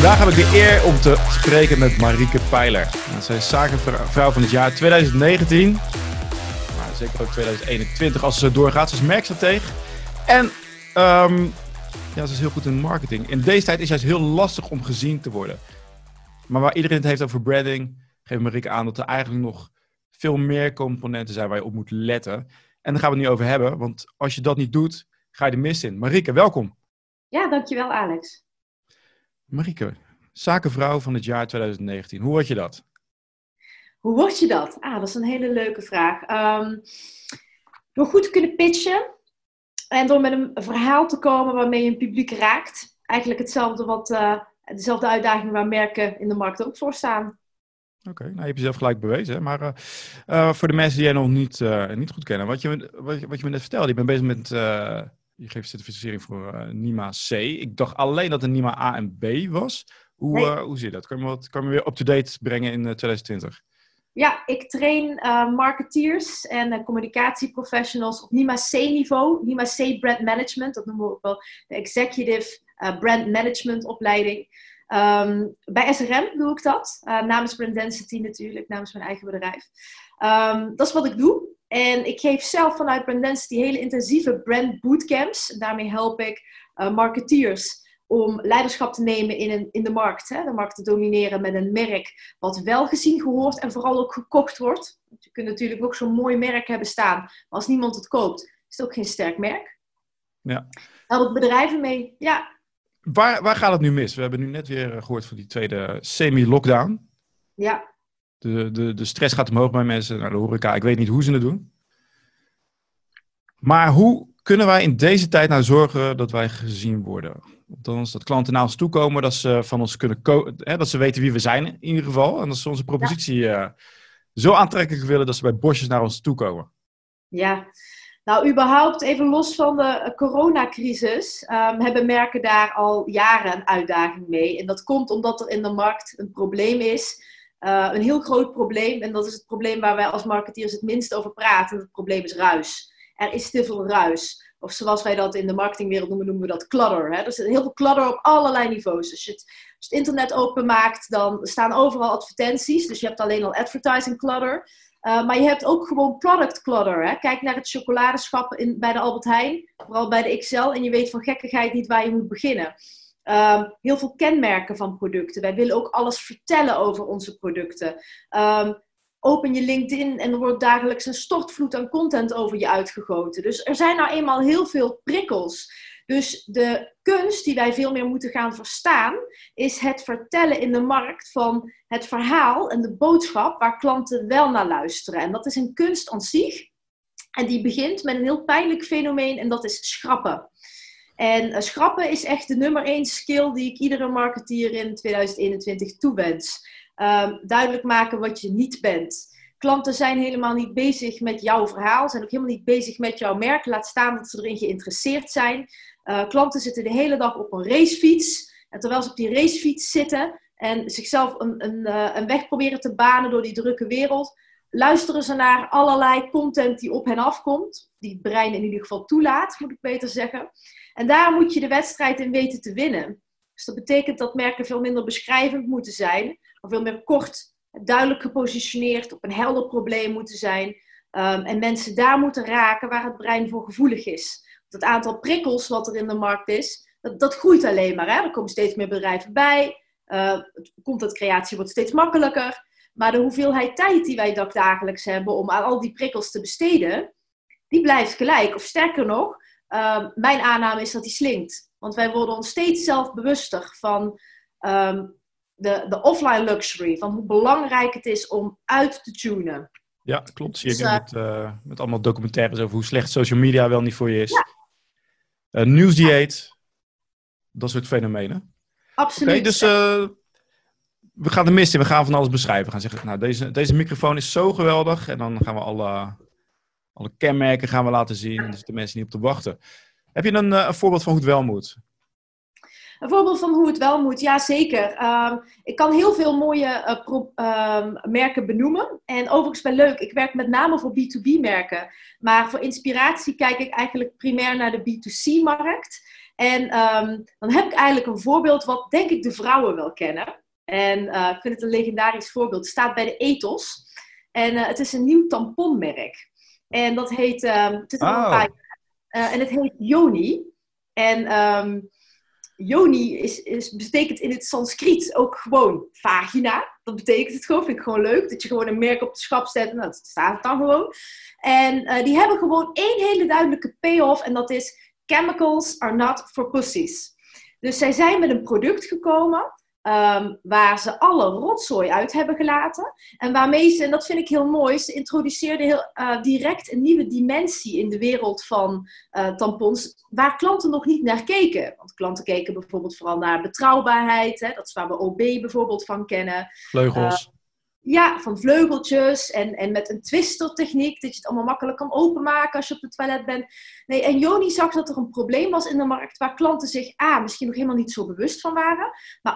Vandaag heb ik de eer om te spreken met Marieke Pijler. Zij is zakenvrouw van het jaar 2019. Maar zeker ook 2021 als ze zo doorgaat. Ze is merkstratege. En ze is heel goed in marketing. In deze tijd is het juist heel lastig om gezien te worden. Maar waar iedereen het heeft over branding, geeft Marieke aan dat er eigenlijk nog veel meer componenten zijn waar je op moet letten. En daar gaan we het nu over hebben. Want als je dat niet doet, ga je de mist in. Marieke, welkom. Ja, dankjewel Alex. Marieke, zakenvrouw van het jaar 2019. Hoe word je dat? Hoe word je dat? Dat is een hele leuke vraag. Door goed te kunnen pitchen en door met een verhaal te komen waarmee je een publiek raakt. Eigenlijk dezelfde uitdaging waar merken in de markt ook voor staan. Oké, nou je hebt jezelf gelijk bewezen. Hè? Maar voor de mensen die jij nog niet goed kennen, wat je me net vertelde, je bent bezig met... Je geeft certificering voor NIMA C. Ik dacht alleen dat het NIMA A en B was. Hoe zie je dat? Kan je me weer up-to-date brengen in 2020? Ja, ik train marketeers en communicatieprofessionals op NIMA C-niveau. NIMA C Brand Management, dat noemen we ook wel de Executive Brand Management opleiding. Bij SRM doe ik dat. Namens Brand Density natuurlijk, namens mijn eigen bedrijf. Dat is wat ik doe. En ik geef zelf vanuit Brand Density hele intensieve brand bootcamps. Daarmee help ik marketeers om leiderschap te nemen in de markt. Hè? De markt te domineren met een merk wat wel gezien, gehoord en vooral ook gekocht wordt. Want je kunt natuurlijk ook zo'n mooi merk hebben staan. Maar als niemand het koopt, is het ook geen sterk merk. Ja. Help ik bedrijven mee, ja. Waar gaat het nu mis? We hebben nu net weer gehoord van die tweede semi-lockdown. Ja. De stress gaat omhoog bij mensen naar de horeca. Ik weet niet hoe ze het doen. Maar hoe kunnen wij in deze tijd nou zorgen dat wij gezien worden? Althans, dat klanten naar ons toe komen, dat ze van ons kunnen dat ze weten wie we zijn in ieder geval. En dat ze onze propositie zo aantrekkelijk willen dat ze bij bosjes naar ons toe komen. Ja, nou überhaupt even los van de coronacrisis hebben merken daar al jaren een uitdaging mee. En dat komt omdat er in de markt een probleem is. Een heel groot probleem. En dat is het probleem waar wij als marketeers het minst over praten. Het probleem is ruis. Er is te veel ruis. Of zoals wij dat in de marketingwereld noemen we dat clutter. Hè? Er zit heel veel clutter op allerlei niveaus. Als je het internet openmaakt, dan staan overal advertenties. Dus je hebt alleen al advertising clutter. Maar je hebt ook gewoon product clutter. Hè? Kijk naar het chocoladeschap bij de Albert Heijn. Vooral bij de XL. En je weet van gekkigheid niet waar je moet beginnen. Heel veel kenmerken van producten. Wij willen ook alles vertellen over onze producten. Open je LinkedIn en er wordt dagelijks een stortvloed aan content over je uitgegoten. Dus er zijn nou eenmaal heel veel prikkels. Dus de kunst die wij veel meer moeten gaan verstaan, is het vertellen in de markt van het verhaal en de boodschap waar klanten wel naar luisteren. En dat is een kunst aan zich. En die begint met een heel pijnlijk fenomeen en dat is schrappen. En schrappen is echt de nummer 1 skill die ik iedere marketeer in 2021 toewens. Duidelijk maken wat je niet bent. Klanten zijn helemaal niet bezig met jouw verhaal. Zijn ook helemaal niet bezig met jouw merk. Laat staan dat ze erin geïnteresseerd zijn. Klanten zitten de hele dag op een racefiets. En terwijl ze op die racefiets zitten en zichzelf een weg proberen te banen door die drukke wereld, luisteren ze naar allerlei content die op hen afkomt. Die het brein in ieder geval toelaat, moet ik beter zeggen. En daar moet je de wedstrijd in weten te winnen. Dus dat betekent dat merken veel minder beschrijvend moeten zijn. Maar veel meer kort, duidelijk gepositioneerd, op een helder probleem moeten zijn. En mensen daar moeten raken waar het brein voor gevoelig is. Het aantal prikkels wat er in de markt is, dat groeit alleen maar. Hè? Er komen steeds meer bedrijven bij. Contentcreatie wordt steeds makkelijker. Maar de hoeveelheid tijd die wij dagelijks hebben om aan al die prikkels te besteden, die blijft gelijk. Of sterker nog, mijn aanname is dat die slinkt. Want wij worden ons steeds zelfbewuster van de offline luxury. Van hoe belangrijk het is om uit te tunen. Ja, klopt. Zie ik met allemaal documentaires over hoe slecht social media wel niet voor je is. Ja. Nieuwsdieet. Dat soort fenomenen. Absoluut. Okay, dus we gaan de mist in. We gaan van alles beschrijven. We gaan zeggen, nou, deze microfoon is zo geweldig. En dan gaan we alle kenmerken laten zien. En er zitten mensen niet op te wachten. Heb je een voorbeeld van hoe het wel moet? Een voorbeeld van hoe het wel moet, ja zeker. Ik kan heel veel mooie merken benoemen. En overigens wel leuk, ik werk met name voor B2B merken. Maar voor inspiratie kijk ik eigenlijk primair naar de B2C-markt. En dan heb ik eigenlijk een voorbeeld wat denk ik de vrouwen wel kennen. En ik vind het een legendarisch voorbeeld. Het staat bij de Ethos. En het is een nieuw tamponmerk. En dat heet, het is al een paar jaar. En het heet Yoni. En Yoni betekent in het Sanskriet ook gewoon vagina. Dat betekent het gewoon, vind ik gewoon leuk. Dat je gewoon een merk op de schap zet en dat staat het dan gewoon. En die hebben gewoon één hele duidelijke payoff en dat is chemicals are not for pussies. Dus zij zijn met een product gekomen waar ze alle rotzooi uit hebben gelaten. En waarmee ze, en dat vind ik heel mooi, ze introduceerden direct een nieuwe dimensie in de wereld van tampons, waar klanten nog niet naar keken. Want klanten keken bijvoorbeeld vooral naar betrouwbaarheid. Hè? Dat is waar we OB bijvoorbeeld van kennen. Vleugels. Ja, van vleugeltjes en met een twistertechniek, dat je het allemaal makkelijk kan openmaken als je op het toilet bent. Nee, en Yoni zag dat er een probleem was in de markt waar klanten zich misschien nog helemaal niet zo bewust van waren. Maar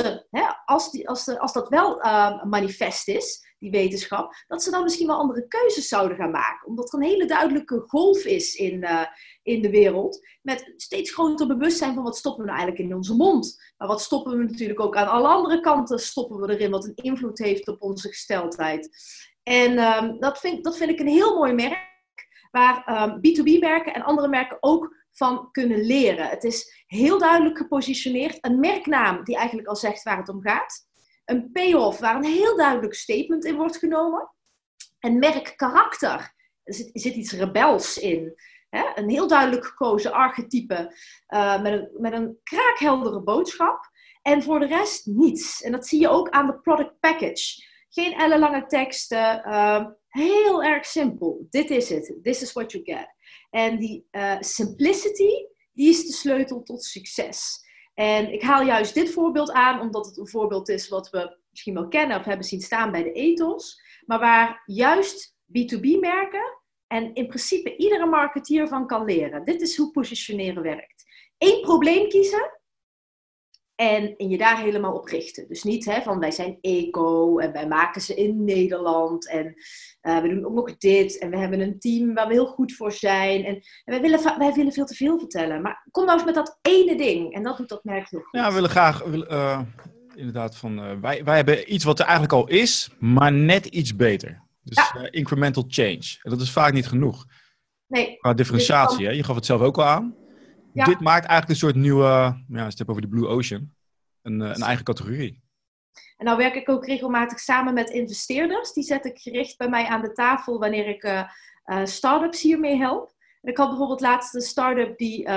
als dat wel manifest is, die wetenschap, dat ze dan misschien wel andere keuzes zouden gaan maken. Omdat er een hele duidelijke golf is in de wereld. Met steeds groter bewustzijn van wat stoppen we nou eigenlijk in onze mond. Maar wat stoppen we natuurlijk ook aan alle andere kanten stoppen we erin. Wat een invloed heeft op onze gesteldheid. En dat vind ik een heel mooi merk. Waar B2B-merken en andere merken ook van kunnen leren. Het is heel duidelijk gepositioneerd. Een merknaam die eigenlijk al zegt waar het om gaat. Een payoff waar een heel duidelijk statement in wordt genomen. Een merkkarakter. Er zit iets rebels in. Hè? Een heel duidelijk gekozen archetype. Met een kraakheldere boodschap. En voor de rest niets. En dat zie je ook aan de product package. Geen ellenlange teksten. Heel erg simpel. Dit is het. This is what you get. En die simplicity, die is de sleutel tot succes. En ik haal juist dit voorbeeld aan, omdat het een voorbeeld is wat we misschien wel kennen of hebben zien staan bij de Ethos. Maar waar juist B2B-merken en in principe iedere marketeer van kan leren. Dit is hoe positioneren werkt. Eén probleem kiezen en je daar helemaal op richten. Dus niet van wij zijn eco en wij maken ze in Nederland en we doen ook nog dit en we hebben een team waar we heel goed voor zijn. En wij willen veel te veel vertellen. Maar kom nou eens met dat ene ding en dat doet dat merk heel goed. Ja, we willen graag inderdaad van wij hebben iets wat er eigenlijk al is, maar net iets beter. Dus incremental change. En dat is vaak niet genoeg. Nee. Qua differentiatie, hè? Je gaf het zelf ook al aan. Ja. Dit maakt eigenlijk een soort nieuwe, als je het hebt over de Blue Ocean, een eigen categorie. En nou werk ik ook regelmatig samen met investeerders. Die zet ik gericht bij mij aan de tafel wanneer ik start-ups hiermee help. En ik had bijvoorbeeld laatst een start-up die,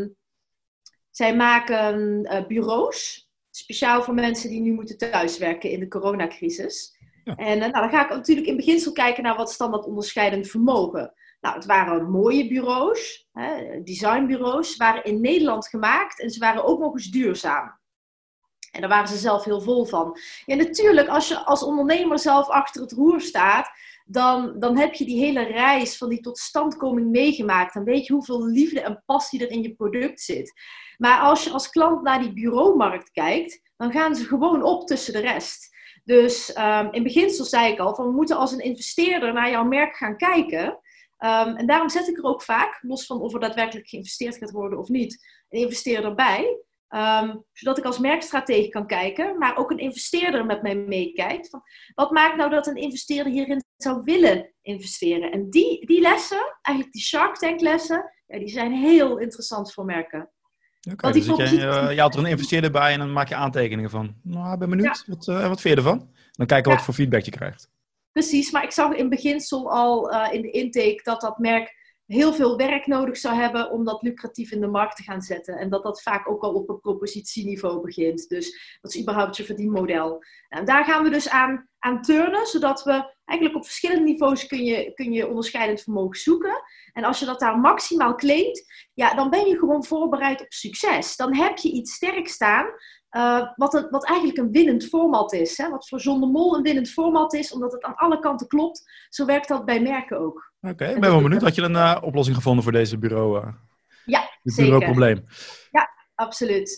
zij maken bureaus. Speciaal voor mensen die nu moeten thuiswerken in de coronacrisis. Ja. En dan ga ik natuurlijk in beginsel kijken naar wat is dan dat onderscheidend vermogen. Nou, het waren mooie bureaus, designbureaus, waren in Nederland gemaakt en ze waren ook nog eens duurzaam. En daar waren ze zelf heel vol van. Ja, natuurlijk, als je als ondernemer zelf achter het roer staat, dan heb je die hele reis van die totstandkoming meegemaakt. Dan weet je hoeveel liefde en passie er in je product zit. Maar als je als klant naar die bureaumarkt kijkt, dan gaan ze gewoon op tussen de rest. Dus in beginsel zei ik al, van we moeten als een investeerder naar jouw merk gaan kijken. En daarom zet ik er ook vaak, los van of er daadwerkelijk geïnvesteerd gaat worden of niet, een investeerder erbij. Zodat ik als merkstratege kan kijken, maar ook een investeerder met mij meekijkt. Van, wat maakt nou dat een investeerder hierin zou willen investeren? En die lessen, eigenlijk die Shark Tank lessen, die zijn heel interessant voor merken. Oké, dus je haalt er een investeerder bij en dan maak je aantekeningen van. Nou, ik ben benieuwd, wat vind je ervan? Dan kijken wat voor feedback je krijgt. Precies, maar ik zag in beginsel al in de intake dat merk heel veel werk nodig zou hebben om dat lucratief in de markt te gaan zetten. En dat vaak ook al op een propositieniveau begint. Dus dat is überhaupt je verdienmodel. En daar gaan we dus aan turnen, zodat we eigenlijk op verschillende niveaus kun je onderscheidend vermogen zoeken. En als je dat daar maximaal claimt, dan ben je gewoon voorbereid op succes. Dan heb je iets sterk staan, wat eigenlijk een winnend format is. Hè? Wat voor John de Mol een winnend format is, omdat het aan alle kanten klopt. Zo werkt dat bij merken ook. Oké, ik ben wel benieuwd. Had je een oplossing gevonden voor deze bureauprobleem? Ja, zeker. Ja, absoluut.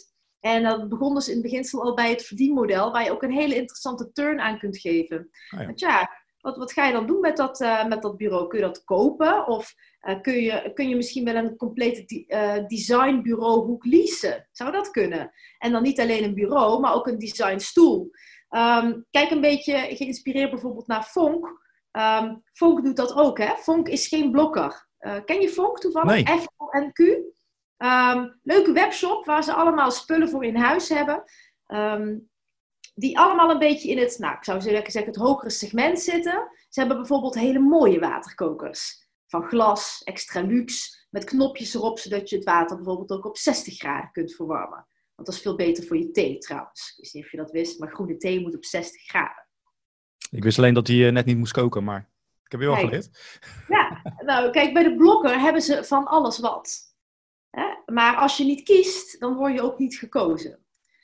En dat begon dus in het beginsel al bij het verdienmodel, waar je ook een hele interessante turn aan kunt geven. Oh ja. Want ja, wat ga je dan doen met dat bureau? Kun je dat kopen? Of kun je misschien wel een complete designbureauhoek leasen? Zou dat kunnen? En dan niet alleen een bureau, maar ook een designstoel. Kijk een beetje geïnspireerd bijvoorbeeld naar Fonk. Fonk doet dat ook, hè? Fonk is geen blokker. Ken je Fonk toevallig? Nee. F-O-N-Q. Leuke webshop waar ze allemaal spullen voor in huis hebben. Die allemaal een beetje in het, ik zou zeggen, het hogere segment zitten. Ze hebben bijvoorbeeld hele mooie waterkokers. Van glas, extra luxe, met knopjes erop, zodat je het water bijvoorbeeld ook op 60 graden kunt verwarmen. Want dat is veel beter voor je thee trouwens. Ik weet niet of je dat wist, maar groene thee moet op 60 graden. Ik wist alleen dat hij net niet moest koken, maar ik heb je wel geleerd. Ja, nou kijk, bij de blokker hebben ze van alles wat. Maar als je niet kiest, dan word je ook niet gekozen.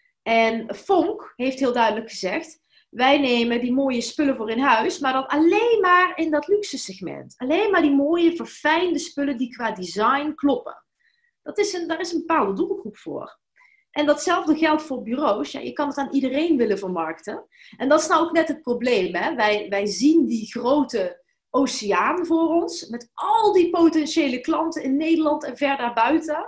En Fonk heeft heel duidelijk gezegd, wij nemen die mooie spullen voor in huis, maar dan alleen maar in dat luxe segment. Alleen maar die mooie, verfijnde spullen die qua design kloppen. Daar is een bepaalde doelgroep voor. En datzelfde geldt voor bureaus. Ja, je kan het aan iedereen willen vermarkten. En dat is nou ook net het probleem. Hè? Wij zien die grote oceaan voor ons, met al die potentiële klanten in Nederland en ver daarbuiten.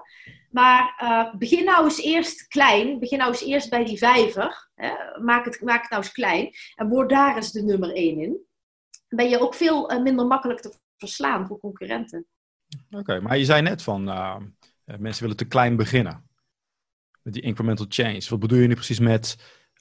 Maar begin nou eens eerst klein. Begin nou eens eerst bij die vijver. Hè? Maak het nou eens klein. En word daar eens de nummer 1 in. Dan ben je ook veel minder makkelijk te verslaan voor concurrenten. Oké, maar je zei net van mensen willen te klein beginnen. Met die incremental change. Wat bedoel je nu precies met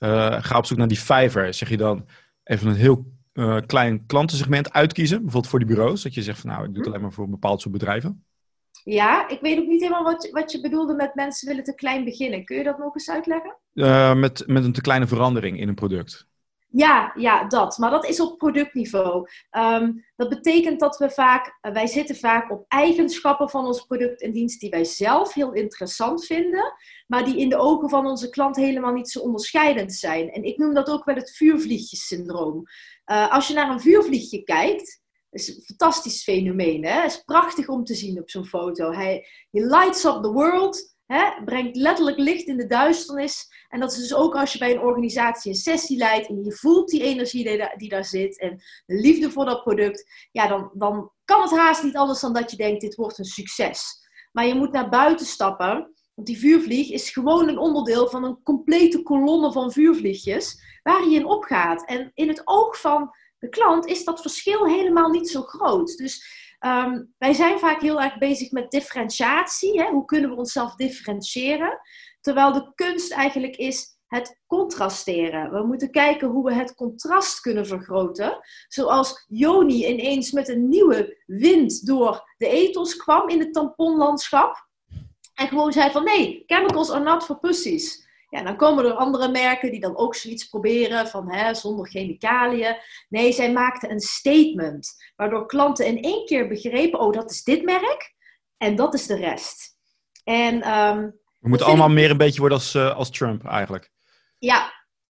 ga op zoek naar die vijver? Zeg je dan even een heel klein klantensegment uitkiezen? Bijvoorbeeld voor die bureaus. Dat je zegt van ik doe het alleen maar voor een bepaald soort bedrijven. Ja, ik weet ook niet helemaal wat je bedoelde met mensen willen te klein beginnen. Kun je dat nog eens uitleggen? Met een te kleine verandering in een product. Ja, dat. Maar dat is op productniveau. Dat betekent dat wij zitten vaak op eigenschappen van ons product en dienst die wij zelf heel interessant vinden, maar die in de ogen van onze klant helemaal niet zo onderscheidend zijn. En ik noem dat ook wel het vuurvliegjessyndroom. Als je naar een vuurvliegje kijkt, is een fantastisch fenomeen. Hè? Het is prachtig om te zien op zo'n foto. Hij lights up the world. Brengt letterlijk licht in de duisternis. En dat is dus ook als je bij een organisatie een sessie leidt en je voelt die energie die daar zit en de liefde voor dat product. Ja, dan kan het haast niet anders dan dat je denkt, dit wordt een succes. Maar je moet naar buiten stappen, want die vuurvlieg is gewoon een onderdeel van een complete kolonne van vuurvliegjes waar je in opgaat. En in het oog van de klant is dat verschil helemaal niet zo groot. Dus wij zijn vaak heel erg bezig met differentiatie. Hè? Hoe kunnen we onszelf differentiëren? Terwijl de kunst eigenlijk is het contrasteren. We moeten kijken hoe we het contrast kunnen vergroten. Zoals Joni ineens met een nieuwe wind door de ethos kwam in het tamponlandschap. En gewoon zei van nee, chemicals are not for pussies. Ja, dan komen er andere merken die dan ook zoiets proberen van zonder chemicaliën. Nee, zij maakten een statement. Waardoor klanten in één keer begrepen, dat is dit merk en dat is de rest. En, we moeten allemaal meer een beetje worden als Trump eigenlijk. Ja,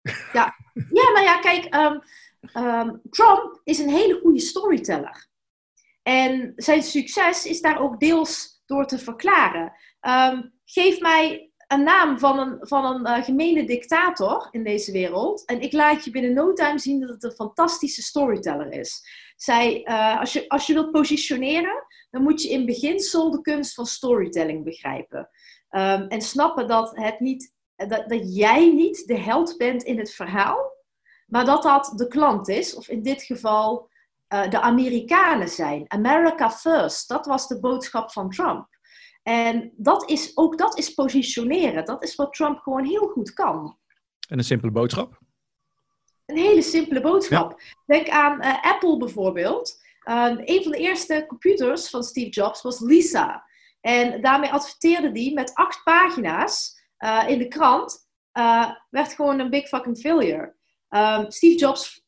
nou ja, kijk, Trump is een hele goede storyteller. En zijn succes is daar ook deels door te verklaren. Geef mij een naam van een gemene dictator in deze wereld. En ik laat je binnen no time zien dat het een fantastische storyteller is. Als je wilt positioneren, dan moet je in beginsel de kunst van storytelling begrijpen. En snappen dat jij niet de held bent in het verhaal, maar dat de klant is. Of in dit geval de Amerikanen zijn. America first. Dat was de boodschap van Trump. En dat is positioneren. Dat is wat Trump gewoon heel goed kan. En een simpele boodschap? Een hele simpele boodschap. Ja. Denk aan Apple bijvoorbeeld. Een van de eerste computers van Steve Jobs was Lisa. En daarmee adverteerde die met 8 pagina's in de krant. Werd gewoon een big fucking failure. Steve Jobs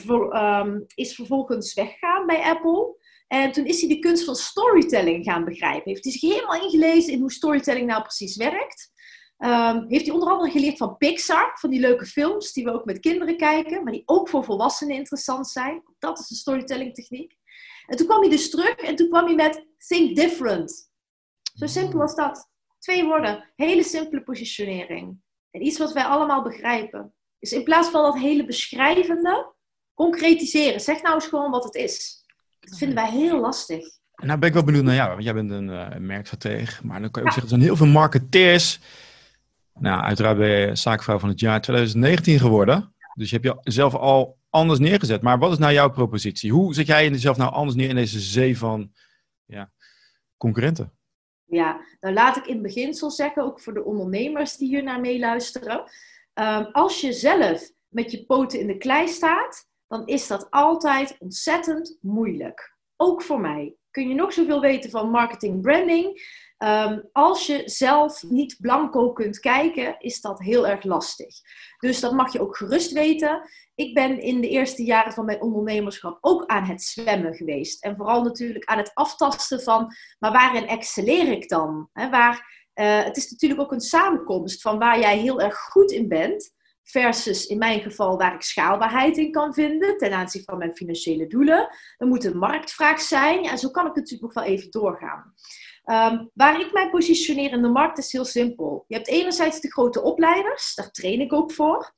is vervolgens weggegaan bij Apple. En toen is hij de kunst van storytelling gaan begrijpen. Heeft hij zich helemaal ingelezen in hoe storytelling nou precies werkt. Heeft hij onder andere geleerd van Pixar. Van die leuke films die we ook met kinderen kijken. Maar die ook voor volwassenen interessant zijn. Dat is een storytelling techniek. En toen kwam hij dus terug. En toen kwam hij met Think Different. Zo simpel als dat. 2 woorden. Hele simpele positionering. En iets wat wij allemaal begrijpen. Dus in plaats van dat hele beschrijvende, concretiseren. Zeg nou eens gewoon wat het is. Dat vinden wij heel lastig. En nou ben ik wel benieuwd naar jou, want jij bent een merkstratege. Maar dan kan je ook zeggen, er zijn heel veel marketeers. Nou, uiteraard ben je zaakvrouw van het jaar 2019 geworden. Dus je hebt jezelf al anders neergezet. Maar wat is nou jouw propositie? Hoe zet jij jezelf nou anders neer in deze zee van concurrenten? Ja, nou laat ik in beginsel zeggen, ook voor de ondernemers die hier naar meeluisteren. Als je zelf met je poten in de klei staat, dan is dat altijd ontzettend moeilijk. Ook voor mij. Kun je nog zoveel weten van marketing, branding. Als je zelf niet blanco kunt kijken, is dat heel erg lastig. Dus dat mag je ook gerust weten. Ik ben in de eerste jaren van mijn ondernemerschap ook aan het zwemmen geweest. En vooral natuurlijk aan het aftasten van, maar waarin excelleer ik dan? Het is natuurlijk ook een samenkomst van waar jij heel erg goed in bent, versus in mijn geval waar ik schaalbaarheid in kan vinden ten aanzien van mijn financiële doelen. Er moet een marktvraag zijn. En zo kan ik natuurlijk nog wel even doorgaan. Waar ik mij positioneer in de markt is heel simpel. Je hebt enerzijds de grote opleiders, daar train ik ook voor.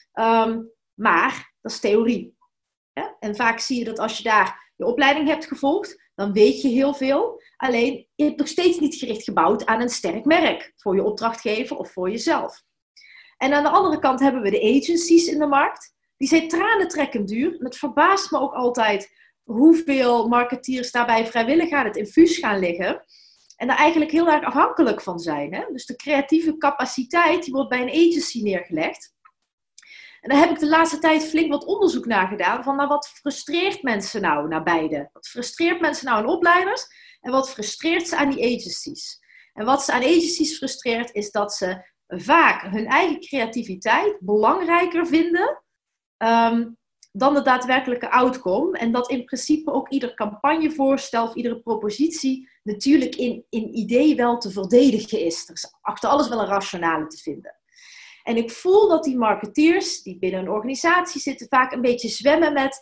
Maar dat is theorie. Ja? En vaak zie je dat als je daar je opleiding hebt gevolgd, dan weet je heel veel. Alleen, je hebt nog steeds niet gericht gebouwd aan een sterk merk. Voor je opdrachtgever of voor jezelf. En aan de andere kant hebben we de agencies in de markt. Die zijn tranentrekkend duur. En het verbaast me ook altijd hoeveel marketeers daarbij vrijwillig aan het infuus gaan liggen. En daar eigenlijk heel erg afhankelijk van zijn. Hè? Dus de creatieve capaciteit die wordt bij een agency neergelegd. En daar heb ik de laatste tijd flink wat onderzoek naar gedaan. Van nou, wat frustreert mensen nou naar beide? Wat frustreert mensen nou aan opleiders? En wat frustreert ze aan die agencies? En wat ze aan agencies frustreert is dat ze vaak hun eigen creativiteit belangrijker vinden dan de daadwerkelijke outcome. En dat in principe ook ieder campagnevoorstel of iedere propositie natuurlijk in idee wel te verdedigen is. Er is achter alles wel een rationale te vinden. En ik voel dat die marketeers die binnen een organisatie zitten vaak een beetje zwemmen met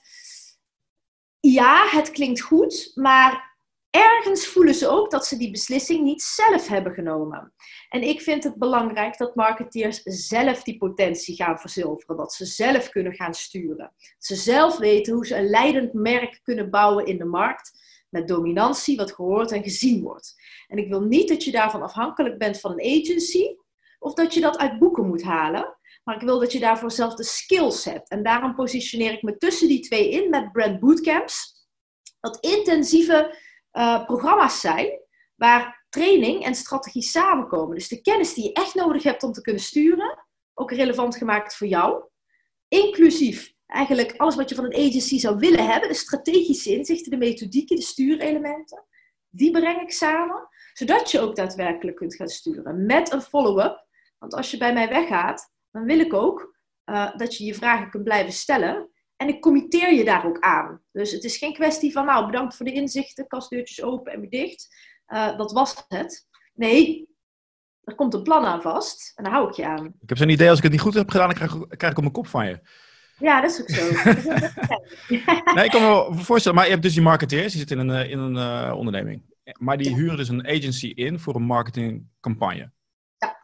ja, het klinkt goed, maar ergens voelen ze ook dat ze die beslissing niet zelf hebben genomen. En ik vind het belangrijk dat marketeers zelf die potentie gaan verzilveren. Dat ze zelf kunnen gaan sturen. Dat ze zelf weten hoe ze een leidend merk kunnen bouwen in de markt. Met dominantie, wat gehoord en gezien wordt. En ik wil niet dat je daarvan afhankelijk bent van een agency. Of dat je dat uit boeken moet halen. Maar ik wil dat je daarvoor zelf de skills hebt. En daarom positioneer ik me tussen die twee in met brand bootcamps. Dat intensieve programma's zijn waar training en strategie samenkomen. Dus de kennis die je echt nodig hebt om te kunnen sturen, ook relevant gemaakt voor jou. Inclusief eigenlijk alles wat je van een agency zou willen hebben, de strategische inzichten, de methodieken, de stuurelementen. Die breng ik samen, zodat je ook daadwerkelijk kunt gaan sturen met een follow-up. Want als je bij mij weggaat, dan wil ik ook dat je je vragen kunt blijven stellen. En ik committeer je daar ook aan. Dus het is geen kwestie van, nou, bedankt voor de inzichten, kastdeurtjes open en weer dicht. Dat was het. Nee, er komt een plan aan vast en daar hou ik je aan. Ik heb zo'n idee, als ik het niet goed heb gedaan, dan krijg ik op mijn kop van je. Ja, dat is ook zo. Nee, ik kan me wel voorstellen, maar je hebt dus die marketeers, die zitten in een onderneming. Maar die huren dus een agency in voor een marketingcampagne. Ja.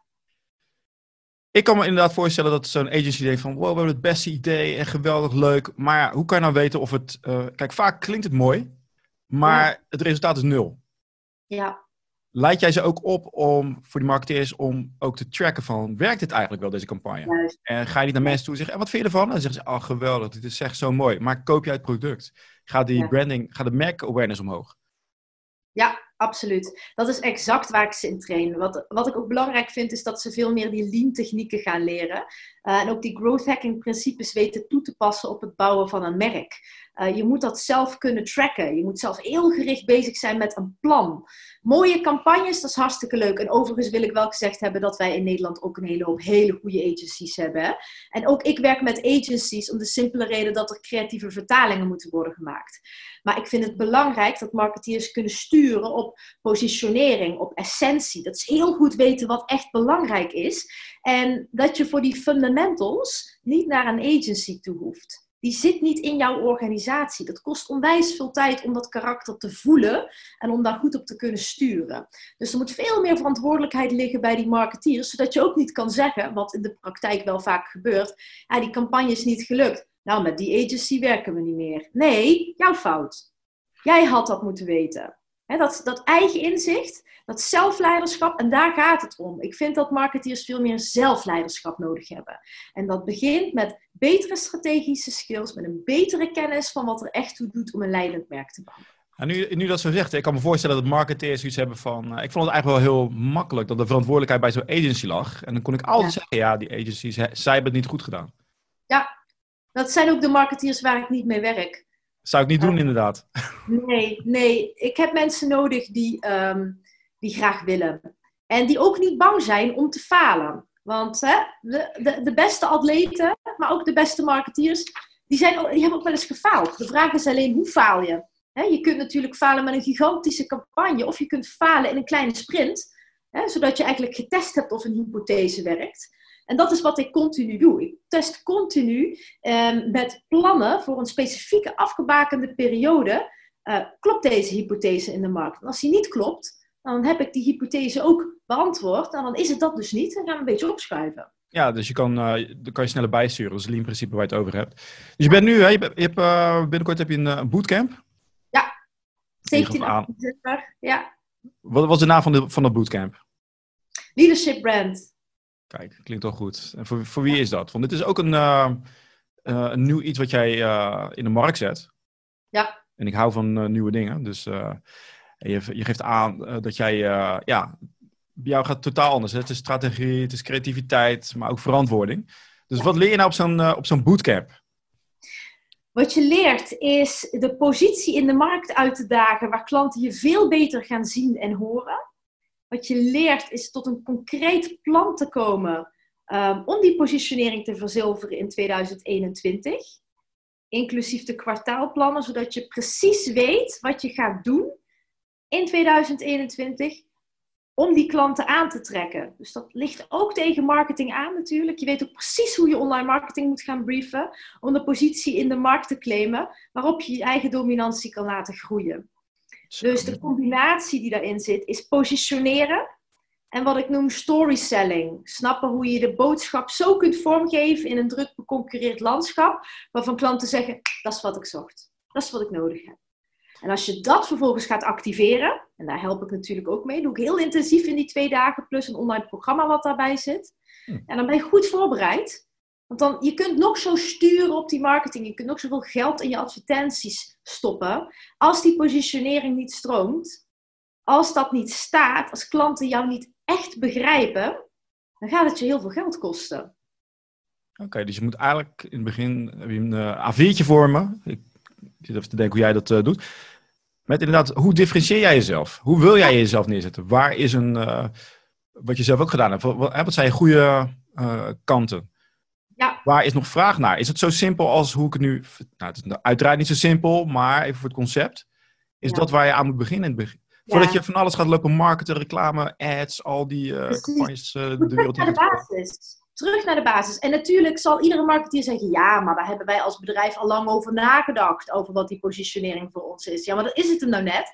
Ik kan me inderdaad voorstellen dat zo'n agency denkt van, wow, we hebben het beste idee en geweldig leuk. Maar hoe kan je nou weten of het... kijk, vaak klinkt het mooi, maar het resultaat is 0. Ja. Leid jij ze ook op om voor die marketeers om ook te tracken van, werkt dit eigenlijk wel, deze campagne? Juist. En ga je niet naar mensen toe en zeggen, en wat vind je ervan? En dan zeggen ze, oh geweldig, dit is echt zo mooi. Maar koop jij het product? Gaat die branding, gaat de merk awareness omhoog? Ja, absoluut. Dat is exact waar ik ze in train. Wat ik ook belangrijk vind, is dat ze veel meer die lean technieken gaan leren. En ook die growth hacking principes weten toe te passen op het bouwen van een merk. Je moet dat zelf kunnen tracken. Je moet zelf heel gericht bezig zijn met een plan. Mooie campagnes, dat is hartstikke leuk. En overigens wil ik wel gezegd hebben dat wij in Nederland ook een hele hoop hele goede agencies hebben. Hè? En ook ik werk met agencies om de simpele reden dat er creatieve vertalingen moeten worden gemaakt. Maar ik vind het belangrijk dat marketeers kunnen sturen op positionering, op essentie. Dat ze heel goed weten wat echt belangrijk is. En dat je voor die fundamentals niet naar een agency toe hoeft. die zit niet in jouw organisatie. Dat kost onwijs veel tijd om dat karakter te voelen en om daar goed op te kunnen sturen. Dus er moet veel meer verantwoordelijkheid liggen bij die marketeers, zodat je ook niet kan zeggen, wat in de praktijk wel vaak gebeurt, die campagne is niet gelukt. Nou, met die agency werken we niet meer. Nee, jouw fout. Jij had dat moeten weten. Dat eigen inzicht, dat zelfleiderschap, en daar gaat het om. Ik vind dat marketeers veel meer zelfleiderschap nodig hebben. En dat begint met betere strategische skills, met een betere kennis van wat er echt toe doet om een leidend merk te bouwen. En nu dat zo zegt, ik kan me voorstellen dat marketeers iets hebben van... ik vond het eigenlijk wel heel makkelijk dat de verantwoordelijkheid bij zo'n agency lag. En dan kon ik altijd zeggen, die agencies, zij hebben het niet goed gedaan. Ja, dat zijn ook de marketeers waar ik niet mee werk. Zou ik niet doen, inderdaad. Nee. Ik heb mensen nodig die graag willen. En die ook niet bang zijn om te falen. Want de beste atleten, maar ook de beste marketeers, die hebben ook wel eens gefaald. De vraag is alleen, hoe faal je? Je kunt natuurlijk falen met een gigantische campagne. Of je kunt falen in een kleine sprint. Zodat je eigenlijk getest hebt of een hypothese werkt. En dat is wat ik continu doe. Ik test continu met plannen voor een specifieke afgebakende periode. Klopt deze hypothese in de markt? En als die niet klopt, dan heb ik die hypothese ook beantwoord. En dan is het dat dus niet. Dan gaan we een beetje opschuiven. Ja, dus dan kan je sneller bijsturen. Dat is het lean-principe waar je het over hebt. Dus je bent nu, binnenkort heb je een bootcamp. Ja, 17 december. Ja. Wat was de naam van dat bootcamp? Leadership Brand. Kijk, klinkt wel goed. En voor wie is dat? Want dit is ook een nieuw iets wat jij in de markt zet. Ja. En ik hou van nieuwe dingen. Dus je geeft aan dat jij... bij jou gaat het totaal anders. Hè? Het is strategie, het is creativiteit, maar ook verantwoording. Dus wat leer je nou op zo'n bootcamp? Wat je leert is de positie in de markt uit te dagen waar klanten je veel beter gaan zien en horen. Wat je leert is tot een concreet plan te komen om die positionering te verzilveren in 2021. Inclusief de kwartaalplannen, zodat je precies weet wat je gaat doen in 2021 om die klanten aan te trekken. Dus dat ligt ook tegen marketing aan natuurlijk. Je weet ook precies hoe je online marketing moet gaan briefen om de positie in de markt te claimen waarop je je eigen dominantie kan laten groeien. Dus de combinatie die daarin zit is positioneren en wat ik noem storytelling. Snappen hoe je de boodschap zo kunt vormgeven in een druk beconcurreerd landschap waarvan klanten zeggen, dat is wat ik zocht. Dat is wat ik nodig heb. En als je dat vervolgens gaat activeren, en daar help ik natuurlijk ook mee, doe ik heel intensief in die 2 dagen plus een online programma wat daarbij zit. En dan ben je goed voorbereid. Want je kunt nog zo sturen op die marketing. Je kunt nog zoveel geld in je advertenties stoppen. Als die positionering niet stroomt, als dat niet staat, als klanten jou niet echt begrijpen, dan gaat het je heel veel geld kosten. Oké, dus je moet eigenlijk in het begin een A4'tje vormen. Ik zit even te denken hoe jij dat doet. Met inderdaad, hoe differentieer jij jezelf? Hoe wil jij jezelf neerzetten? Waar is wat je zelf ook gedaan hebt? Wat zijn je goede kanten? Ja. Waar is nog vraag naar? Is het zo simpel als hoe ik het nu... Nou, het is uiteraard niet zo simpel, maar even voor het concept. Is dat waar je aan moet beginnen in het begin? Voordat je van alles gaat lopen marketen, reclame, ads, al die campagnes de wereld in gaat. Terug naar de basis. En natuurlijk zal iedere marketeer zeggen, ja, maar daar hebben wij als bedrijf al lang over nagedacht, over wat die positionering voor ons is. Ja, maar dat is het hem nou net.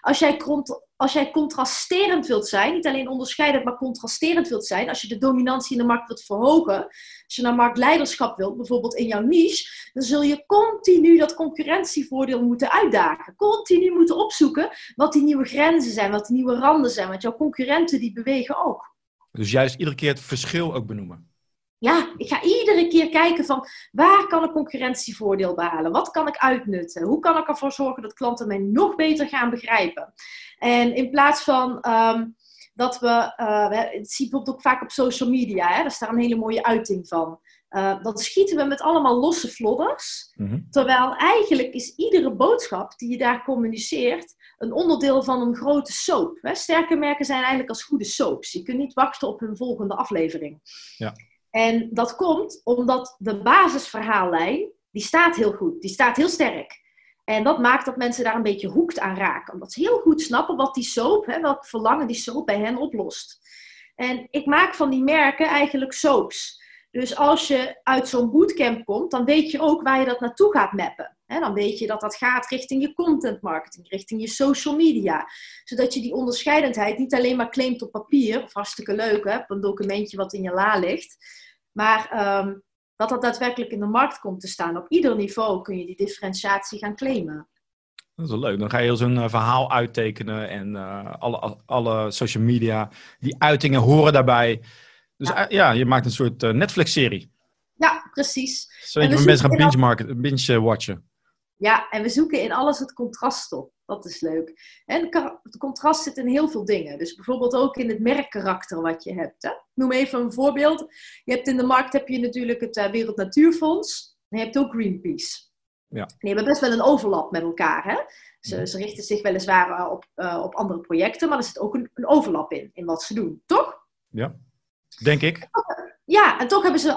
Als jij contrasterend wilt zijn, niet alleen onderscheidend, maar contrasterend wilt zijn, als je de dominantie in de markt wilt verhogen, als je naar marktleiderschap wilt, bijvoorbeeld in jouw niche, dan zul je continu dat concurrentievoordeel moeten uitdagen. Continu moeten opzoeken wat die nieuwe grenzen zijn, wat die nieuwe randen zijn, want jouw concurrenten die bewegen ook. Dus juist iedere keer het verschil ook benoemen. Ja, ik ga iedere keer kijken van waar kan ik concurrentievoordeel behalen? Wat kan ik uitnutten? Hoe kan ik ervoor zorgen dat klanten mij nog beter gaan begrijpen? En in plaats van dat we het zie je bijvoorbeeld ook vaak op social media, daar staat een hele mooie uiting van. Dan schieten we met allemaal losse vlodders. Mm-hmm. Terwijl eigenlijk is iedere boodschap die je daar communiceert een onderdeel van een grote soap. Sterke merken zijn eigenlijk als goede soaps. Je kunt niet wachten op hun volgende aflevering. Ja. En dat komt omdat de basisverhaallijn, die staat heel goed. Die staat heel sterk. En dat maakt dat mensen daar een beetje hoekt aan raken. Omdat ze heel goed snappen wat die soap, welk verlangen die soap bij hen oplost. En ik maak van die merken eigenlijk soaps. Dus als je uit zo'n bootcamp komt, dan weet je ook waar je dat naartoe gaat mappen. Dan weet je dat dat gaat richting je content marketing, richting je social media. Zodat je die onderscheidendheid niet alleen maar claimt op papier, of hartstikke leuk, op een documentje wat in je la ligt. Maar dat dat daadwerkelijk in de markt komt te staan. Op ieder niveau kun je die differentiatie gaan claimen. Dat is wel leuk. Dan ga je heel zo'n verhaal uittekenen en alle social media, die uitingen horen daarbij. Dus je maakt een soort Netflix-serie. Ja, precies. Zo eentje waar mensen gaan binge-watchen. Ja, en we zoeken in alles het contrast op. Dat is leuk. En het contrast zit in heel veel dingen. Dus bijvoorbeeld ook in het merkkarakter wat je hebt. Hè? Noem even een voorbeeld. Je hebt in de markt natuurlijk het Wereld Natuurfonds. En je hebt ook Greenpeace. Ja. Die hebben best wel een overlap met elkaar. Hè? Ze richten zich weliswaar op andere projecten, maar er zit ook een overlap in wat ze doen. Toch? Ja, denk ik. Ja, en toch hebben ze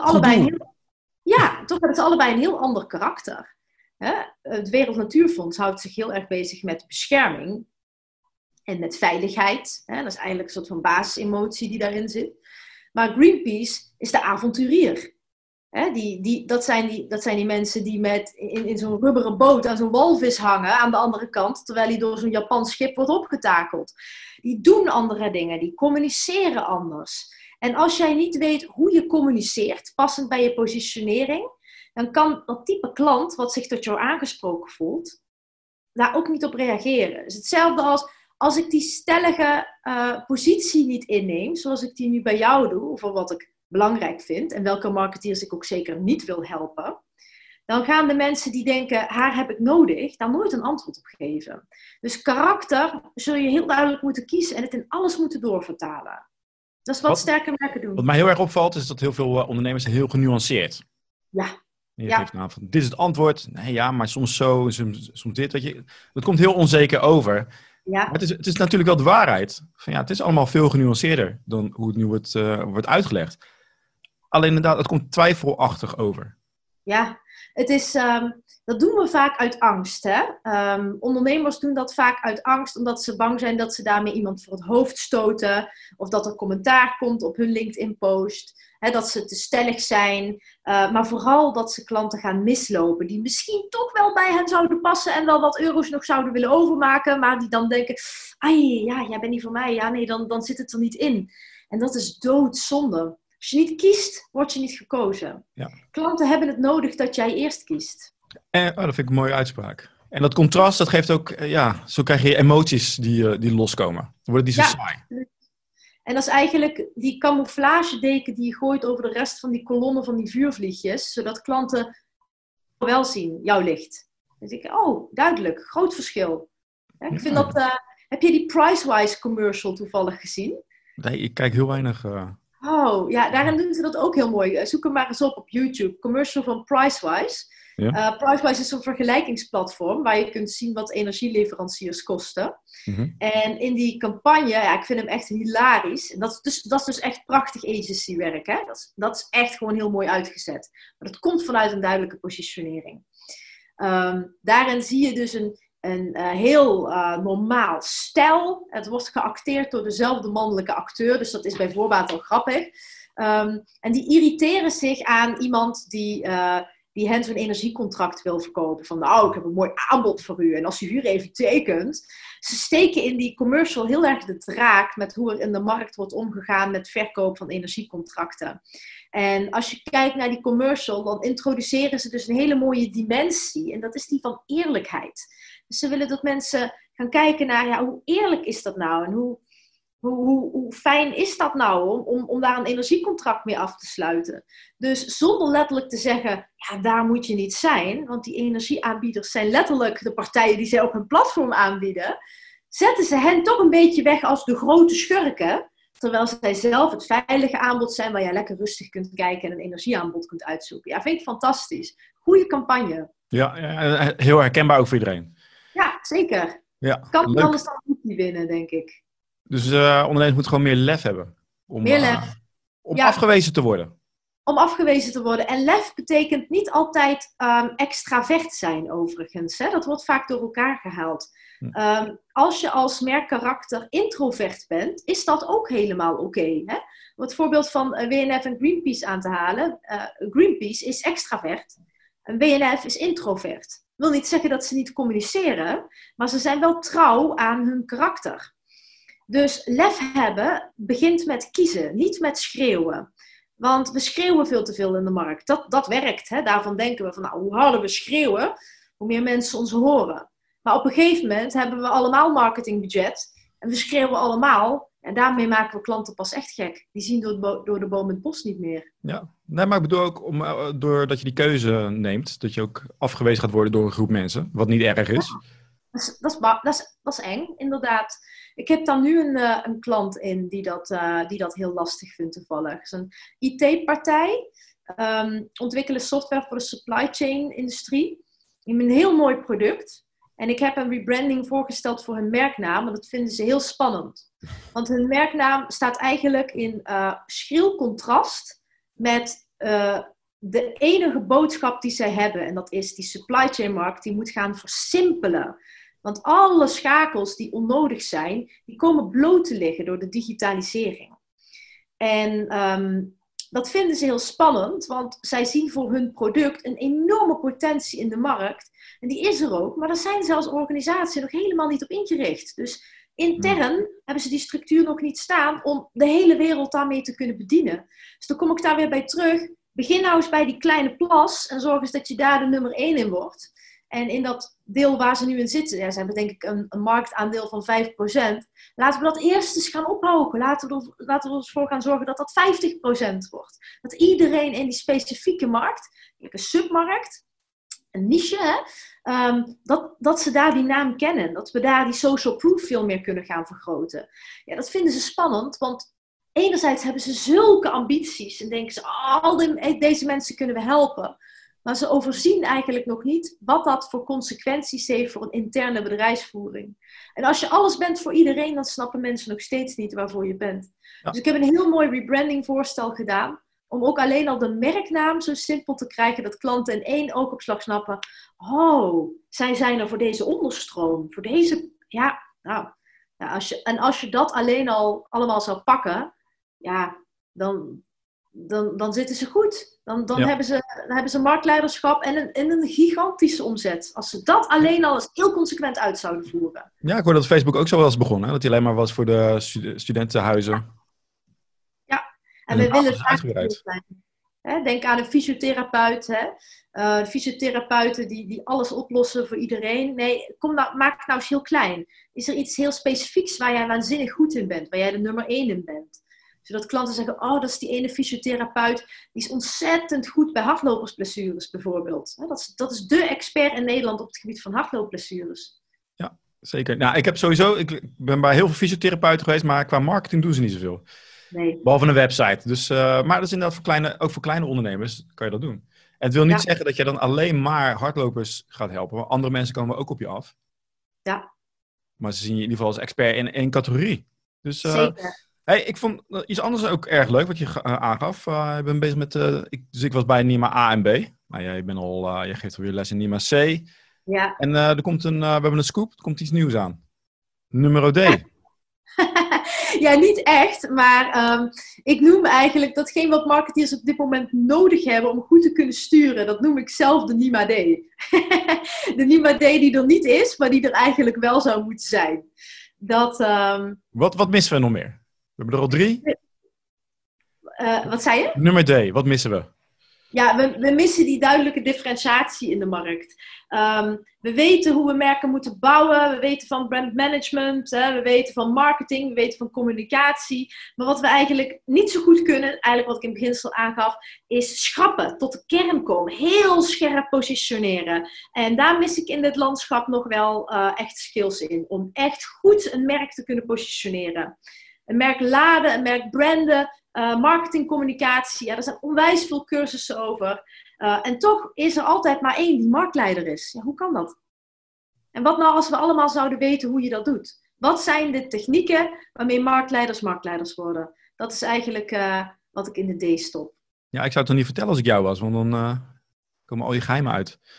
allebei een heel ander karakter. Het Wereld Natuurfonds houdt zich heel erg bezig met bescherming en met veiligheid. Dat is eigenlijk een soort van basisemotie die daarin zit. Maar Greenpeace is de avonturier. Dat zijn die mensen die in zo'n rubberen boot aan zo'n walvis hangen aan de andere kant, terwijl hij door zo'n Japans schip wordt opgetakeld. Die doen andere dingen, die communiceren anders. En als jij niet weet hoe je communiceert, passend bij je positionering, dan kan dat type klant, wat zich tot jou aangesproken voelt, daar ook niet op reageren. Het is hetzelfde als ik die stellige positie niet inneem, zoals ik die nu bij jou doe, voor wat ik belangrijk vind, en welke marketeers ik ook zeker niet wil helpen, dan gaan de mensen die denken, haar heb ik nodig, daar nooit een antwoord op geven. Dus karakter zul je heel duidelijk moeten kiezen en het in alles moeten doorvertalen. Dat is wat sterke merken doen. Wat mij heel erg opvalt, is dat heel veel ondernemers heel genuanceerd. Ja. Je geeft aan van, dit is het antwoord. Nee, ja, maar soms zo, soms dit. Weet je. Dat komt heel onzeker over. Ja. Maar het is natuurlijk wel de waarheid. Van, het is allemaal veel genuanceerder dan hoe het nu wordt uitgelegd. Alleen inderdaad, het komt twijfelachtig over. Ja, het is, dat doen we vaak uit angst. Hè? Ondernemers doen dat vaak uit angst, omdat ze bang zijn dat ze daarmee iemand voor het hoofd stoten. Of dat er commentaar komt op hun LinkedIn-post. Dat ze te stellig zijn. Maar vooral dat ze klanten gaan mislopen. Die misschien toch wel bij hen zouden passen en wel wat euro's nog zouden willen overmaken. Maar die dan denken, jij bent niet voor mij. Ja, nee, dan zit het er niet in. En dat is doodzonde. Als je niet kiest, word je niet gekozen. Ja. Klanten hebben het nodig dat jij eerst kiest. Dat vind ik een mooie uitspraak. En dat contrast, dat geeft ook, zo krijg je emoties die loskomen. Dan worden die zo saai. En dat is eigenlijk die camouflagedeken die je gooit over de rest van die kolommen van die vuurvliegjes. Zodat klanten wel zien, jouw licht. Dan denk ik, duidelijk, groot verschil. Ja, ik vind dat, heb je die Pricewise commercial toevallig gezien? Nee, ik kijk heel weinig... daarin doen ze dat ook heel mooi. Zoek hem maar eens op YouTube. Commercial van Pricewise. Ja. Pricewise is een vergelijkingsplatform waar je kunt zien wat energieleveranciers kosten. Mm-hmm. En in die campagne, ik vind hem echt hilarisch. En dat is dus echt prachtig agencywerk. Hè? Dat is echt gewoon heel mooi uitgezet. Maar dat komt vanuit een duidelijke positionering. Daarin zie je dus een heel normaal stel. Het wordt geacteerd door dezelfde mannelijke acteur. Dus dat is bij voorbaat al grappig. En die irriteren zich aan iemand die hen zo'n energiecontract wil verkopen. Van ik heb een mooi aanbod voor u. En als u hier even tekent. Ze steken in die commercial heel erg de draak met hoe er in de markt wordt omgegaan met verkoop van energiecontracten. En als je kijkt naar die commercial, dan introduceren ze dus een hele mooie dimensie. En dat is die van eerlijkheid. Dus ze willen dat mensen gaan kijken naar, hoe eerlijk is dat nou? En hoe fijn is dat nou om daar een energiecontract mee af te sluiten? Dus zonder letterlijk te zeggen, daar moet je niet zijn. Want die energieaanbieders zijn letterlijk de partijen die zij op hun platform aanbieden. Zetten ze hen toch een beetje weg als de grote schurken. Terwijl zij zelf het veilige aanbod zijn waar je lekker rustig kunt kijken en een energieaanbod kunt uitzoeken. Ja, vind ik fantastisch. Goeie campagne. Ja, heel herkenbaar ook voor iedereen. Ja, zeker. Ja, kan anders dan niet winnen, denk ik. Dus ondernemers moeten gewoon meer lef hebben. Om afgewezen te worden. Om afgewezen te worden. En lef betekent niet altijd extravert zijn, overigens. Hè? Dat wordt vaak door elkaar gehaald. Als je als merkkarakter introvert bent, is dat ook helemaal oké. om het voorbeeld van WNF en Greenpeace aan te halen. Greenpeace is extravert en WNF is introvert. Dat wil niet zeggen dat ze niet communiceren, maar ze zijn wel trouw aan hun karakter. Dus lef hebben begint met kiezen, niet met schreeuwen. Want we schreeuwen veel te veel in de markt. Dat werkt. Hè? Daarvan denken we van, nou, hoe harder we schreeuwen, hoe meer mensen ons horen. Maar op een gegeven moment hebben we allemaal marketingbudget. En we schreeuwen allemaal. En daarmee maken we klanten pas echt gek. Die zien door de boom het bos niet meer. Ja, nee, maar ik bedoel ook, doordat je die keuze neemt, dat je ook afgewezen gaat worden door een groep mensen. Wat niet erg is. Ja, dat is eng, inderdaad. Ik heb dan nu een klant in die dat heel lastig vindt toevallig. Het is een IT-partij. Ontwikkelen software voor de supply chain industrie. Die hebben een heel mooi product. En ik heb een rebranding voorgesteld voor hun merknaam. En dat vinden ze heel spannend. Want hun merknaam staat eigenlijk in schril contrast met de enige boodschap die zij hebben. En dat is die supply chain markt die moet gaan versimpelen. Want alle schakels die onnodig zijn, die komen bloot te liggen door de digitalisering. En dat vinden ze heel spannend, want zij zien voor hun product een enorme potentie in de markt. En die is er ook, maar daar zijn ze als organisatie nog helemaal niet op ingericht. Dus intern hebben ze die structuur nog niet staan om de hele wereld daarmee te kunnen bedienen. Dus dan kom ik daar weer bij terug. Begin nou eens bij die kleine plas en zorg eens dat je daar de nummer 1 in wordt. En in dat deel waar ze nu in zitten, ja, ze hebben denk ik een marktaandeel van 5%. Laten we dat eerst eens gaan ophogen. Laten we er eens voor gaan zorgen dat dat 50% wordt. Dat iedereen in die specifieke markt, een submarkt, een niche, dat ze daar die naam kennen. Dat we daar die social proof veel meer kunnen gaan vergroten. Ja, dat vinden ze spannend, want enerzijds hebben ze zulke ambities en denken ze, deze mensen kunnen we helpen. Maar ze overzien eigenlijk nog niet wat dat voor consequenties heeft voor een interne bedrijfsvoering. En als je alles bent voor iedereen, dan snappen mensen nog steeds niet waarvoor je bent. Ja. Dus ik heb een heel mooi rebranding voorstel gedaan. Om ook alleen al de merknaam zo simpel te krijgen dat klanten in 1 oogopslag snappen. Oh, zij zijn er voor deze onderstroom. Voor deze, als je dat alleen al allemaal zou pakken, ja, dan zitten ze goed. Dan hebben ze marktleiderschap en een gigantische omzet. Als ze dat alleen al eens heel consequent uit zouden voeren. Ja, ik hoorde dat Facebook ook zo was begonnen. Hè? Dat hij alleen maar was voor de studentenhuizen. Ja, en we willen het uitgebreid zijn. Denk aan een fysiotherapeut. Fysiotherapeuten die alles oplossen voor iedereen. Nee, maak het nou eens heel klein. Is er iets heel specifieks waar jij waanzinnig goed in bent? Waar jij de nummer 1 in bent? Zodat klanten zeggen, oh, dat is die ene fysiotherapeut. Die is ontzettend goed bij hardlopersblessures bijvoorbeeld. Dat is de expert in Nederland op het gebied van hardloopblessures. Ja, zeker. Nou, ik ben bij heel veel fysiotherapeuten geweest, maar qua marketing doen ze niet zoveel. Nee. Behalve een website. Dus, maar dat is inderdaad ook voor kleine ondernemers kan je dat doen. En het wil niet zeggen dat je dan alleen maar hardlopers gaat helpen. Maar andere mensen komen ook op je af. Ja. Maar ze zien je in ieder geval als expert in één categorie. Dus, zeker. Hey, ik vond iets anders ook erg leuk wat je aangaf. Ik ben bezig met, ik was bij NIMA A en B. Nou, jij geeft alweer les in NIMA C. Ja. En we hebben een scoop, er komt iets nieuws aan. Numero D. Ja, niet echt, maar ik noem eigenlijk datgene wat marketeers op dit moment nodig hebben om goed te kunnen sturen. Dat noem ik zelf de NIMA D. De NIMA D die er niet is, maar die er eigenlijk wel zou moeten zijn. Wat missen we nog meer? We hebben er al 3. Wat zei je? Nummer D, wat missen we? Ja, we missen die duidelijke differentiatie in de markt. We weten hoe we merken moeten bouwen. We weten van brandmanagement. We weten van marketing. We weten van communicatie. Maar wat we eigenlijk niet zo goed kunnen, eigenlijk wat ik in het beginsel aangaf, is schrappen, tot de kern komen. Heel scherp positioneren. En daar mis ik in dit landschap nog wel echt skills in. Om echt goed een merk te kunnen positioneren. Een merk laden, een merk branden, marketingcommunicatie. Ja, er zijn onwijs veel cursussen over. En toch is er altijd maar 1 die marktleider is. Ja, hoe kan dat? En wat nou als we allemaal zouden weten hoe je dat doet? Wat zijn de technieken waarmee marktleiders worden? Dat is eigenlijk wat ik in de D stop. Ja, ik zou het toch niet vertellen als ik jou was, want dan komen al je geheimen uit.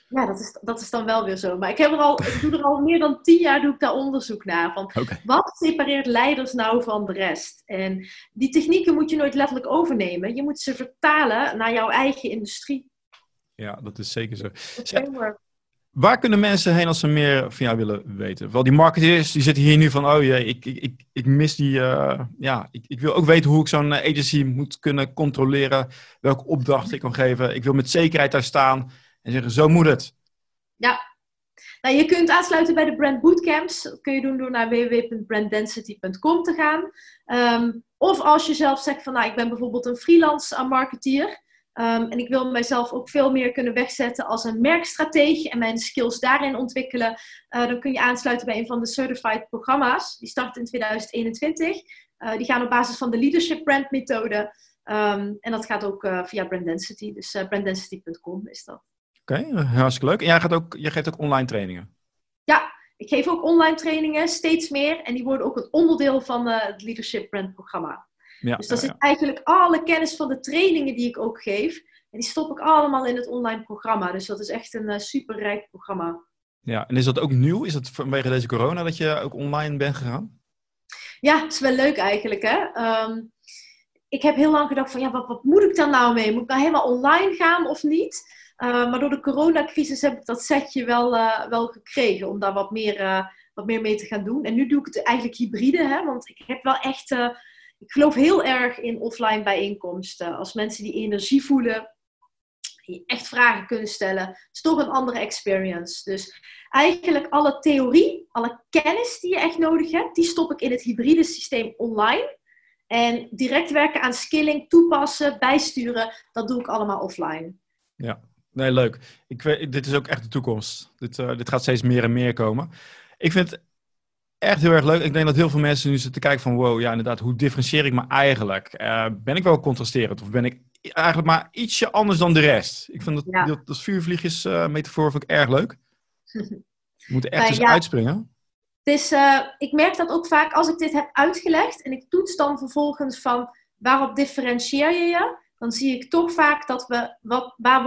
Ja, dat is dan wel weer zo. Maar ik doe er al meer dan 10 jaar doe ik daar onderzoek naar. Van Oké. wat separeert leiders nou van de rest? En die technieken moet je nooit letterlijk overnemen. Je moet ze vertalen naar jouw eigen industrie. Ja, dat is zeker zo. Een framework. Waar kunnen mensen heen als ze meer van jou willen weten? Wel, die marketeers die zitten hier nu van, oh jee, ik mis die... ik wil ook weten hoe ik zo'n agency moet kunnen controleren. Welke opdrachten ik kan geven. Ik wil met zekerheid daar staan en zeggen, zo moet het. Ja. Nou, je kunt aansluiten bij de Brand Bootcamps. Dat kun je doen door naar www.branddensity.com te gaan. Of als je zelf zegt van, nou, ik ben bijvoorbeeld een freelance marketeer. En ik wil mijzelf ook veel meer kunnen wegzetten als een merkstratege en mijn skills daarin ontwikkelen. Dan kun je aansluiten bij een van de certified programma's. Die start in 2021. Die gaan op basis van de Leadership Brand methode. En dat gaat ook via Brand Density. Dus branddensity.com is dat. Oké, hartstikke leuk. En jij geeft ook online trainingen? Ja, ik geef ook online trainingen, steeds meer. En die worden ook een onderdeel van het Leadership Brand programma. Ja, dus daar zit eigenlijk alle kennis van de trainingen die ik ook geef. En die stop ik allemaal in het online programma. Dus dat is echt een superrijk programma. Ja, en is dat ook nieuw? Is dat vanwege deze corona dat je ook online bent gegaan? Ja, het is wel leuk eigenlijk, hè. Ik heb heel lang gedacht van, ja, wat moet ik daar nou mee? Moet ik nou helemaal online gaan of niet? Maar door de coronacrisis heb ik dat setje wel gekregen om daar wat meer mee te gaan doen. En nu doe ik het eigenlijk hybride, hè, want ik heb wel echt... ik geloof heel erg in offline bijeenkomsten. Als mensen die energie voelen, die echt vragen kunnen stellen, is toch een andere experience. Dus eigenlijk alle theorie, alle kennis die je echt nodig hebt, die stop ik in het hybride systeem online. En direct werken aan skilling, toepassen, bijsturen, dat doe ik allemaal offline. Ja, nee, leuk. Dit is ook echt de toekomst. Dit gaat steeds meer en meer komen. Ik vind het echt heel erg leuk. Ik denk dat heel veel mensen nu zitten kijken van, wow, ja inderdaad, hoe differentieer ik me eigenlijk? Ben ik wel contrasterend of ben ik eigenlijk maar ietsje anders dan de rest? Ik vind dat vuurvliegjes metafoor vind ik erg leuk. We moeten echt eens uitspringen. Dus ik merk dat ook vaak als ik dit heb uitgelegd en ik toets dan vervolgens van waarop differentieer je je, dan zie ik toch vaak dat waar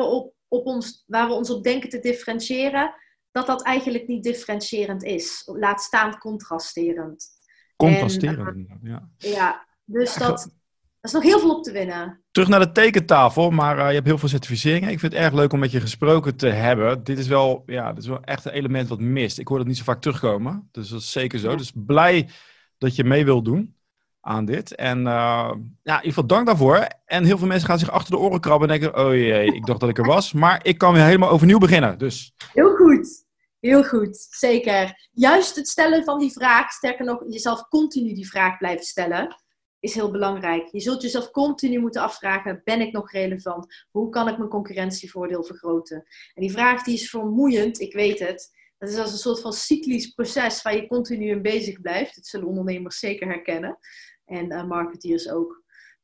we ons op denken te differentiëren, dat eigenlijk niet differentiërend is. Laat staan contrasterend. Contrasterend, ja. Ja, dus dat is nog heel veel op te winnen. Terug naar de tekentafel, maar je hebt heel veel certificeringen. Ik vind het erg leuk om met je gesproken te hebben. Dit is wel echt een element wat mist. Ik hoor dat niet zo vaak terugkomen, dus dat is zeker zo. Ja. Dus blij dat je mee wilt doen aan dit. En in ieder geval dank daarvoor. En heel veel mensen gaan zich achter de oren krabben en denken, oh jee, ik dacht dat ik er was. Maar ik kan weer helemaal overnieuw beginnen. Dus. Heel goed. Heel goed, zeker. Juist het stellen van die vraag, sterker nog, jezelf continu die vraag blijven stellen, is heel belangrijk. Je zult jezelf continu moeten afvragen, ben ik nog relevant? Hoe kan ik mijn concurrentievoordeel vergroten? En die vraag die is vermoeiend, ik weet het. Dat is als een soort van cyclisch proces waar je continu in bezig blijft. Dat zullen ondernemers zeker herkennen. En marketeers ook.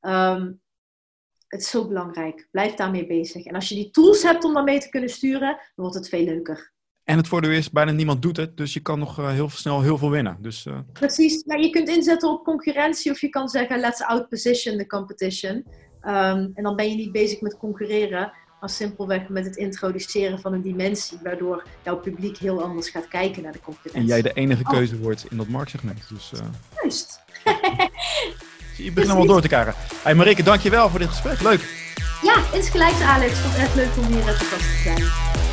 Het is zo belangrijk. Blijf daarmee bezig. En als je die tools hebt om daarmee te kunnen sturen, dan wordt het veel leuker. En het voordeel is, bijna niemand doet het. Dus je kan nog heel snel heel veel winnen. Dus, Precies. Ja, je kunt inzetten op concurrentie. Of je kan zeggen, let's outposition the competition. En dan ben je niet bezig met concurreren. Maar simpelweg met het introduceren van een dimensie. Waardoor jouw publiek heel anders gaat kijken naar de concurrentie. En jij de enige keuze wordt in dat marktsegment. Dus, juist. Je begint allemaal door te krijgen. Hey Marieke, dankjewel voor dit gesprek. Leuk. Ja, insgelijks Alex. Het was echt leuk om hier te gast te zijn.